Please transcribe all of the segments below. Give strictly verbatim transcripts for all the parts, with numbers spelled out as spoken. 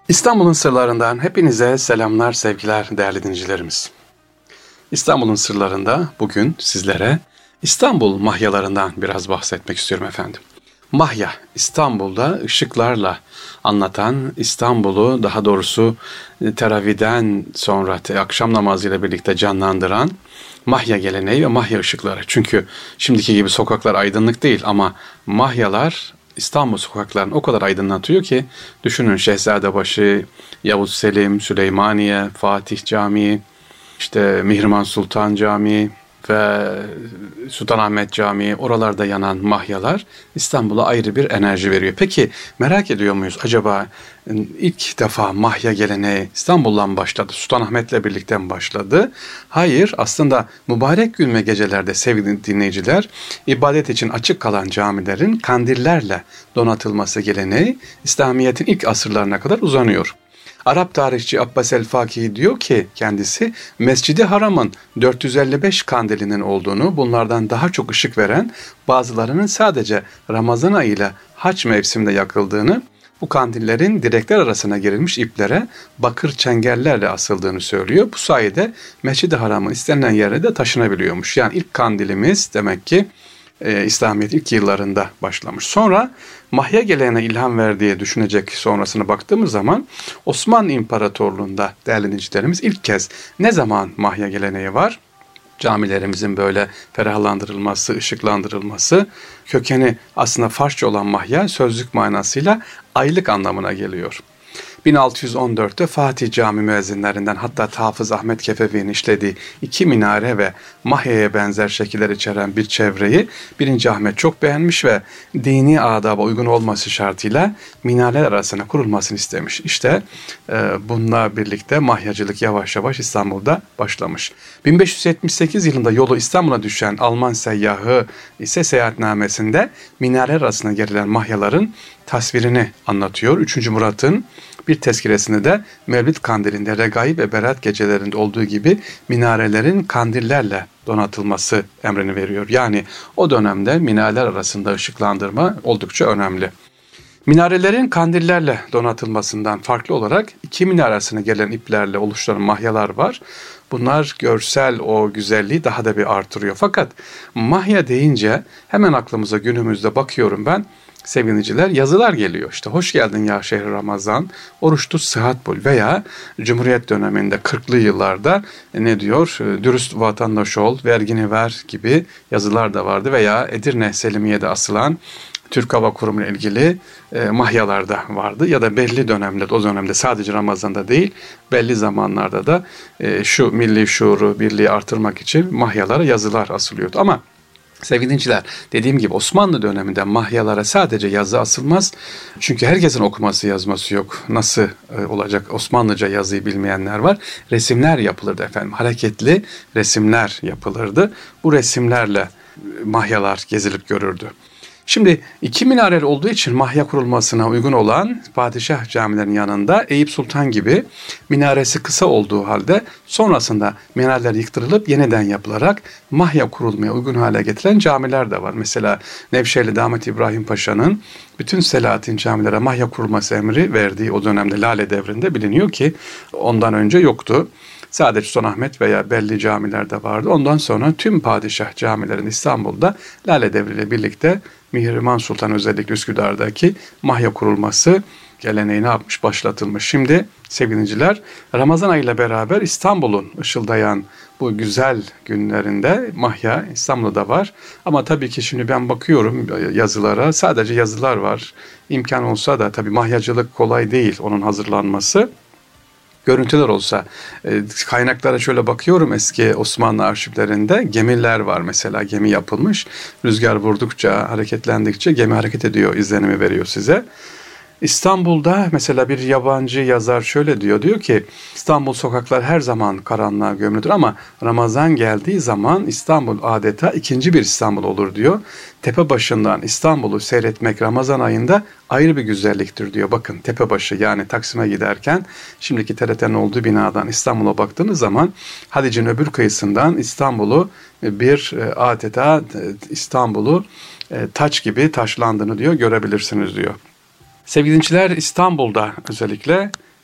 İstanbul'un sırlarından hepinize selamlar, sevgiler değerli dinleyicilerimiz. İstanbul'un sırlarında bugün sizlere İstanbul mahyalarından biraz bahsetmek istiyorum efendim. Mahya, İstanbul'da ışıklarla anlatan, İstanbul'u daha doğrusu teraviden sonra akşam namazıyla birlikte canlandıran mahya geleneği ve mahya ışıkları. Çünkü şimdiki gibi sokaklar aydınlık değil ama mahyalar İstanbul sokaklarını o kadar aydınlatıyor ki düşünün Şehzadebaşı, Yavuz Selim, Süleymaniye, Fatih Camii, işte Mihrimah Sultan Camii ve Sultanahmet Camii, oralarda yanan mahyalar İstanbul'a ayrı bir enerji veriyor. Peki merak ediyor muyuz acaba ilk defa mahya geleneği İstanbul'dan başladı, Sultanahmet'le birlikte mi başladı? Hayır, aslında mübarek gün ve gecelerde sevgili dinleyiciler, ibadet için açık kalan camilerin kandillerle donatılması geleneği İslamiyet'in ilk asırlarına kadar uzanıyor. Arap tarihçi Abbas el-Fakihi diyor ki kendisi Mescid-i Haram'ın dört yüz elli beş kandilinin olduğunu, bunlardan daha çok ışık veren bazılarının sadece Ramazan ayıyla haç mevsiminde yakıldığını, bu kandillerin direkler arasına gerilmiş iplere bakır çengellerle asıldığını söylüyor. Bu sayede Mescid-i Haram'ın istenilen yere de taşınabiliyormuş. Yani ilk kandilimiz demek ki e, İslamiyet ilk yıllarında başlamış. Sonra mahya geleneğine ilham verdiği düşünecek sonrasına baktığımız zaman Osmanlı İmparatorluğu'nda değerli dinleyicilerimiz ilk kez ne zaman mahya geleneği var? Camilerimizin böyle ferahlandırılması, ışıklandırılması, kökeni aslında Farsça olan mahya sözlük manasıyla aylık anlamına geliyor. bin altı yüz on dörtte Fatih Cami müezzinlerinden hatta Hafız Ahmet Kefevi'nin işlediği iki minare ve mahyaya benzer şekiller içeren bir çevreyi birinci Ahmet çok beğenmiş ve dini adaba uygun olması şartıyla minareler arasına kurulmasını istemiş. İşte e, bununla birlikte mahyacılık yavaş yavaş İstanbul'da başlamış. bin beş yüz yetmiş sekiz yılında yolu İstanbul'a düşen Alman seyyahı ise seyahatnamesinde minareler arasına gerilen mahyaların tasvirini anlatıyor. üçüncü Murat'ın bir tezkiresinde de Mevlid kandilinde regaib ve berat gecelerinde olduğu gibi minarelerin kandillerle donatılması emrini veriyor. Yani o dönemde minareler arasında ışıklandırma oldukça önemli. Minarelerin kandillerle donatılmasından farklı olarak iki minare arasına gelen iplerle oluşturan mahyalar var. Bunlar görsel o güzelliği daha da bir artırıyor. Fakat mahya deyince hemen aklımıza günümüzde bakıyorum ben, sevgiliciler yazılar geliyor. İşte hoş geldin ya şehri Ramazan, oruç tut sıhhat bul veya Cumhuriyet döneminde kırklı yıllarda ne diyor? Dürüst vatandaş ol, vergini ver gibi yazılar da vardı veya Edirne Selimiye'de asılan Türk Hava Kurumu ile ilgili e, mahyalarda vardı ya da belli dönemlerde, o dönemde sadece Ramazan'da değil belli zamanlarda da e, şu milli şuuru, birliği artırmak için mahyalara yazılar asılıyordu. Ama sevgili dinleyiciler, dediğim gibi Osmanlı döneminde mahyalara sadece yazı asılmaz. Çünkü herkesin okuması yazması yok. Nasıl e, olacak? Osmanlıca yazıyı bilmeyenler var. Resimler yapılırdı efendim. Hareketli resimler yapılırdı. Bu resimlerle mahyalar gezilip görürdü. Şimdi iki minareli olduğu için mahya kurulmasına uygun olan padişah camilerinin yanında Eyüp Sultan gibi minaresi kısa olduğu halde sonrasında minareler yıktırılıp yeniden yapılarak mahya kurulmaya uygun hale getiren camiler de var. Mesela Nevşehirli Damat İbrahim Paşa'nın bütün Selahattin camilere mahya kurulması emri verdiği o dönemde Lale devrinde biliniyor ki ondan önce yoktu. Sadece Sultanahmet veya belli camilerde vardı. Ondan sonra tüm padişah camilerin İstanbul'da Lale devriyle birlikte Mihrimah Sultan özellikle Üsküdar'daki mahya kurulması geleneği ne yapmış? Başlatılmış. Şimdi sevgiliciler, Ramazan ayıyla beraber İstanbul'un ışıldayan bu güzel günlerinde mahya İstanbul'da var. Ama tabii ki şimdi ben bakıyorum yazılara, sadece yazılar var. İmkan olsa da tabii mahyacılık kolay değil, onun hazırlanması. Görüntüler olsa, kaynaklara şöyle bakıyorum, eski Osmanlı arşivlerinde gemiler var mesela, gemi yapılmış. Rüzgar vurdukça, hareketlendikçe gemi hareket ediyor, izlenimi veriyor size. İstanbul'da mesela bir yabancı yazar şöyle diyor, diyor ki İstanbul sokaklar her zaman karanlığa gömülüdür ama Ramazan geldiği zaman İstanbul adeta ikinci bir İstanbul olur diyor. Tepe başından İstanbul'u seyretmek Ramazan ayında ayrı bir güzelliktir diyor. Bakın Tepebaşı, yani Taksim'e giderken şimdiki T R T'nin olduğu binadan İstanbul'a baktığınız zaman Haliç'in öbür kıyısından İstanbul'u bir adeta İstanbul'u taç gibi taşlandığını diyor, görebilirsiniz diyor. Sevgili dinleyiciler, İstanbul'da özellikle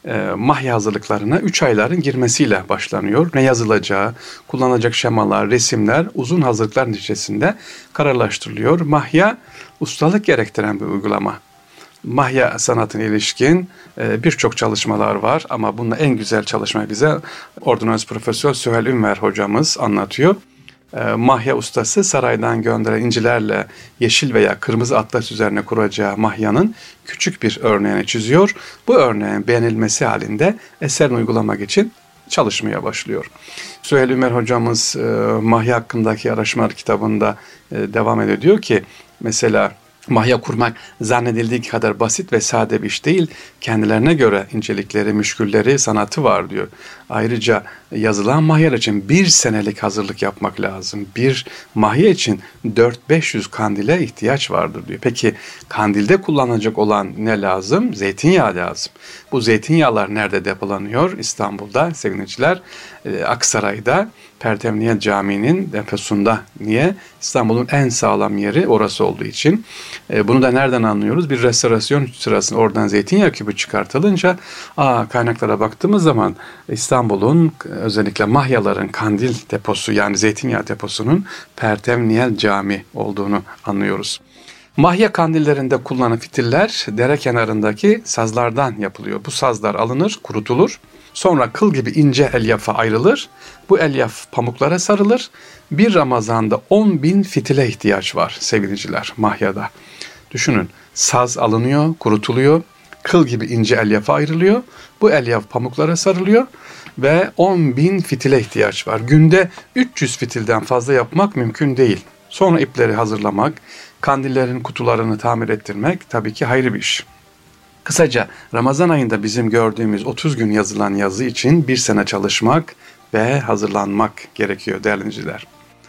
e, mahya hazırlıklarına üç ayların girmesiyle başlanıyor. Ne yazılacağı, kullanılacak şemalar, resimler uzun hazırlıklar neticesinde kararlaştırılıyor. Mahya ustalık gerektiren bir uygulama. Mahya sanatına ilişkin e, birçok çalışmalar var ama bunda en güzel çalışmayı bize Ordonans Profesör Süheyl Ünver hocamız anlatıyor. E, mahya ustası saraydan gönderen incilerle yeşil veya kırmızı atlas üzerine kuracağı mahyanın küçük bir örneğini çiziyor. Bu örneğin beğenilmesi halinde eserini uygulamak için çalışmaya başlıyor. Süheyl Ünver hocamız e, mahya hakkındaki araştırmalar kitabında e, devam ediyor. Diyor ki mesela mahya kurmak zannedildiği kadar basit ve sade bir iş değil. Kendilerine göre incelikleri, müşkülleri, sanatı var diyor. Ayrıca yazılan mahyalar için bir senelik hazırlık yapmak lazım. Bir mahya için dört beş yüz kandile ihtiyaç vardır diyor. Peki kandilde kullanılacak olan ne lazım? Zeytinyağı lazım. Bu zeytinyağlar nerede depolanıyor? İstanbul'da sevgiliciler, Aksaray'da Pertevniyet Camii'nin deposunda. Niye? İstanbul'un en sağlam yeri orası olduğu için. E, bunu da nereden anlıyoruz? Bir restorasyon sırasında oradan zeytinyağı küpü çıkartılınca aa, kaynaklara baktığımız zaman İstanbul'un özellikle mahyaların kandil deposu yani zeytinyağı deposunun Pertevniyet Camii olduğunu anlıyoruz. Mahya kandillerinde kullanılan fitiller dere kenarındaki sazlardan yapılıyor. Bu sazlar alınır, kurutulur. Sonra kıl gibi ince elyafa ayrılır. Bu elyaf pamuklara sarılır. Bir Ramazan'da on bin fitile ihtiyaç var sevgiliciler mahyada. Düşünün, saz alınıyor, kurutuluyor. Kıl gibi ince elyafa ayrılıyor. Bu elyaf pamuklara sarılıyor ve on bin fitile ihtiyaç var. Günde üç yüz fitilden fazla yapmak mümkün değil. Sonra ipleri hazırlamak, kandillerin kutularını tamir ettirmek tabii ki hayırlı bir iş. Kısaca Ramazan ayında bizim gördüğümüz otuz gün yazılan yazı için bir sene çalışmak ve hazırlanmak gerekiyor değerli dinleyiciler.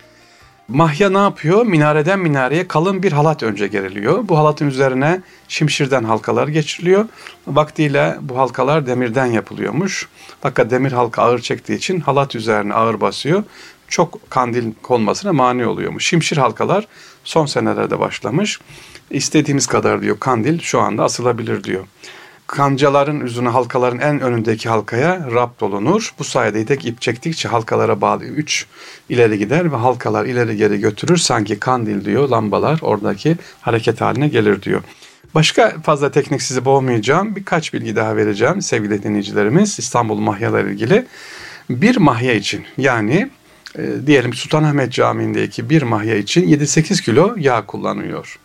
Mahya ne yapıyor? Minareden minareye kalın bir halat önce geriliyor. Bu halatın üzerine şimşirden halkalar geçiriliyor. Vaktiyle bu halkalar demirden yapılıyormuş. Fakat demir halka ağır çektiği için halat üzerine ağır basıyor. Çok kandil konmasına mani oluyormuş. Şimşir halkalar son senelerde başlamış. İstediğimiz kadar diyor kandil şu anda asılabilir diyor. Kancaların üzerine halkaların en önündeki halkaya rapt olunur. Bu sayede tek ip çektikçe halkalara bağlı üç ileri gider ve halkalar ileri geri götürür. Sanki kandil diyor lambalar oradaki hareket haline gelir diyor. Başka fazla teknik sizi boğmayacağım. Birkaç bilgi daha vereceğim sevgili dinleyicilerimiz İstanbul mahyalarıyla ilgili. Bir mahya için yani e, diyelim Sultanahmet Camii'ndeki bir mahya için yedi sekiz kilo yağ kullanıyor.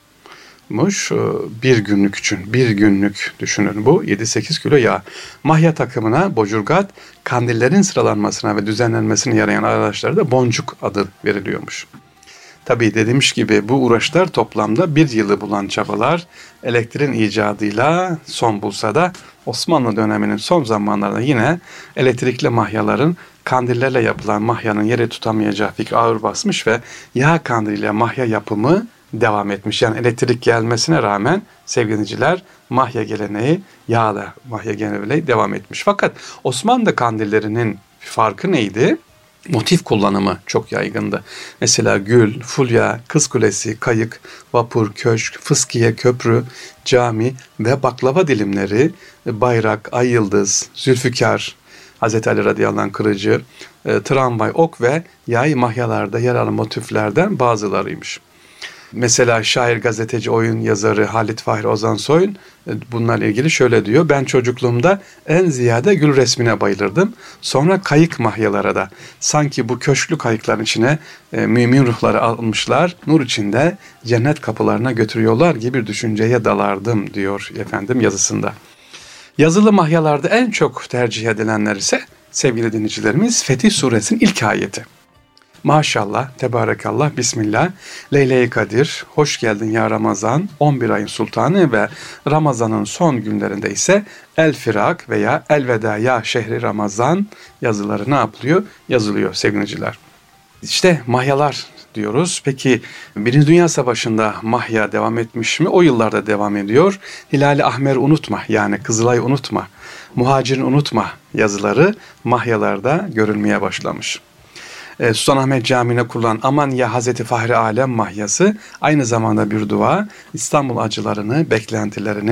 Bir günlük için, bir günlük düşünün bu yedi sekiz kilo yağ. Mahya takımına bocurgat, kandillerin sıralanmasına ve düzenlenmesine yarayan araçlara da boncuk adı veriliyormuş. Tabii dediğimiz gibi bu uğraşlar toplamda bir yılı bulan çabalar elektriğin icadıyla son bulsa da Osmanlı döneminin son zamanlarında yine elektrikli mahyaların kandillerle yapılan mahyanın yeri tutamayacağı fikri ağır basmış ve yağ kandiliyle mahya yapımı devam etmiş. Yani elektrik gelmesine rağmen sevgili dinleyiciler mahya geleneği yağla mahya geleneği devam etmiş. Fakat Osmanlı kandillerinin farkı neydi? Motif kullanımı çok yaygındı. Mesela gül, fulya, kız kulesi, kayık, vapur, köşk, fıskiye, köprü, cami ve baklava dilimleri, bayrak, ay yıldız, zülfikar, Hazreti Ali radıyallahu anh kırıcı, tramvay, ok ve yay mahyalarda yer alan motiflerden bazılarıymış. Mesela şair, gazeteci, oyun yazarı Halit Fahri Ozansoy'un bunlarla ilgili şöyle diyor. Ben çocukluğumda en ziyade gül resmine bayılırdım. Sonra kayık mahyalara da. Sanki bu köşklü kayıkların içine e, mümin ruhları almışlar. Nur içinde cennet kapılarına götürüyorlar gibi bir düşünceye dalardım diyor efendim yazısında. Yazılı mahyalarda en çok tercih edilenler ise sevgili dinleyicilerimiz Fetih Suresinin ilk ayeti. Maşallah, tebarekallah, bismillah, Leyle-i Kadir, hoş geldin ya Ramazan, on bir ayın sultanı ve Ramazan'ın son günlerinde ise El Firak veya Elveda ya şehri Ramazan yazıları ne yapılıyor? Yazılıyor sevgiliciler. İşte mahyalar diyoruz. Peki Birinci Dünya Savaşı'nda mahya devam etmiş mi? O yıllarda devam ediyor. Hilal-i Ahmer unutma yani Kızılay'ı unutma, Muhacirin unutma yazıları mahyalarda görülmeye başlamış. Sultanahmet Camii'ne kurulan Aman ya Hazreti Fahri Alem mahyası aynı zamanda bir dua, İstanbul acılarını, beklentilerini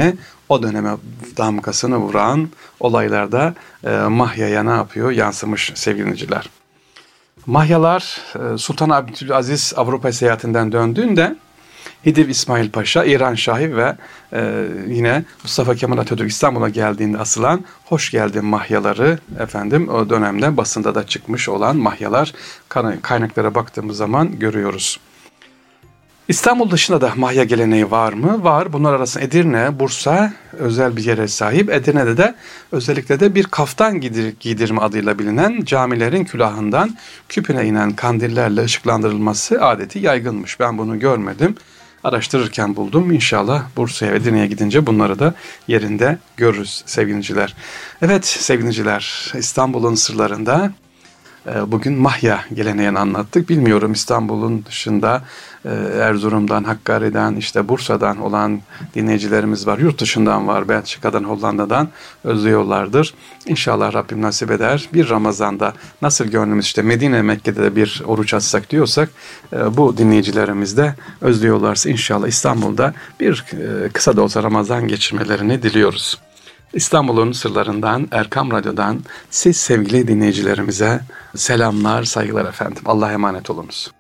o döneme damgasını vuran olaylarda e, Mahya'ya ne yapıyor? Yansımış sevgili dinleyiciler. Mahyalar e, Sultan Abdülaziz Avrupa seyahatinden döndüğünde Hidiv İsmail Paşa, İran Şahı ve e, yine Mustafa Kemal Atatürk İstanbul'a geldiğinde asılan hoş geldin mahyaları efendim o dönemde basında da çıkmış olan mahyalar kaynaklara baktığımız zaman görüyoruz. İstanbul dışında da mahya geleneği var mı? Var. Bunlar arasında Edirne, Bursa özel bir yere sahip. Edirne'de de özellikle de bir kaftan giydir, giydirme adıyla bilinen camilerin külahından küpüne inen kandillerle ışıklandırılması adeti yaygınmış. Ben bunu görmedim. Araştırırken buldum. İnşallah Bursa'ya, Edirne'ye gidince bunları da yerinde görürüz sevgiliciler. Evet sevgiliciler, İstanbul'un sırlarında bugün mahya geleneğini anlattık. Bilmiyorum İstanbul'un dışında Erzurum'dan, Hakkari'den, işte Bursa'dan olan dinleyicilerimiz var. Yurt dışından var. Belçika'dan, Hollanda'dan özlüyorlardır. İnşallah Rabbim nasip eder. Bir Ramazan'da nasıl gönlümüz işte Medine, Mekke'de de bir oruç açsak diyorsak bu dinleyicilerimiz de özlüyorlarsa inşallah İstanbul'da bir kısa da olsa Ramazan geçirmelerini diliyoruz. İstanbul'un sırlarından, Erkam Radyo'dan siz sevgili dinleyicilerimize selamlar, saygılar efendim. Allah'a emanet olunuz.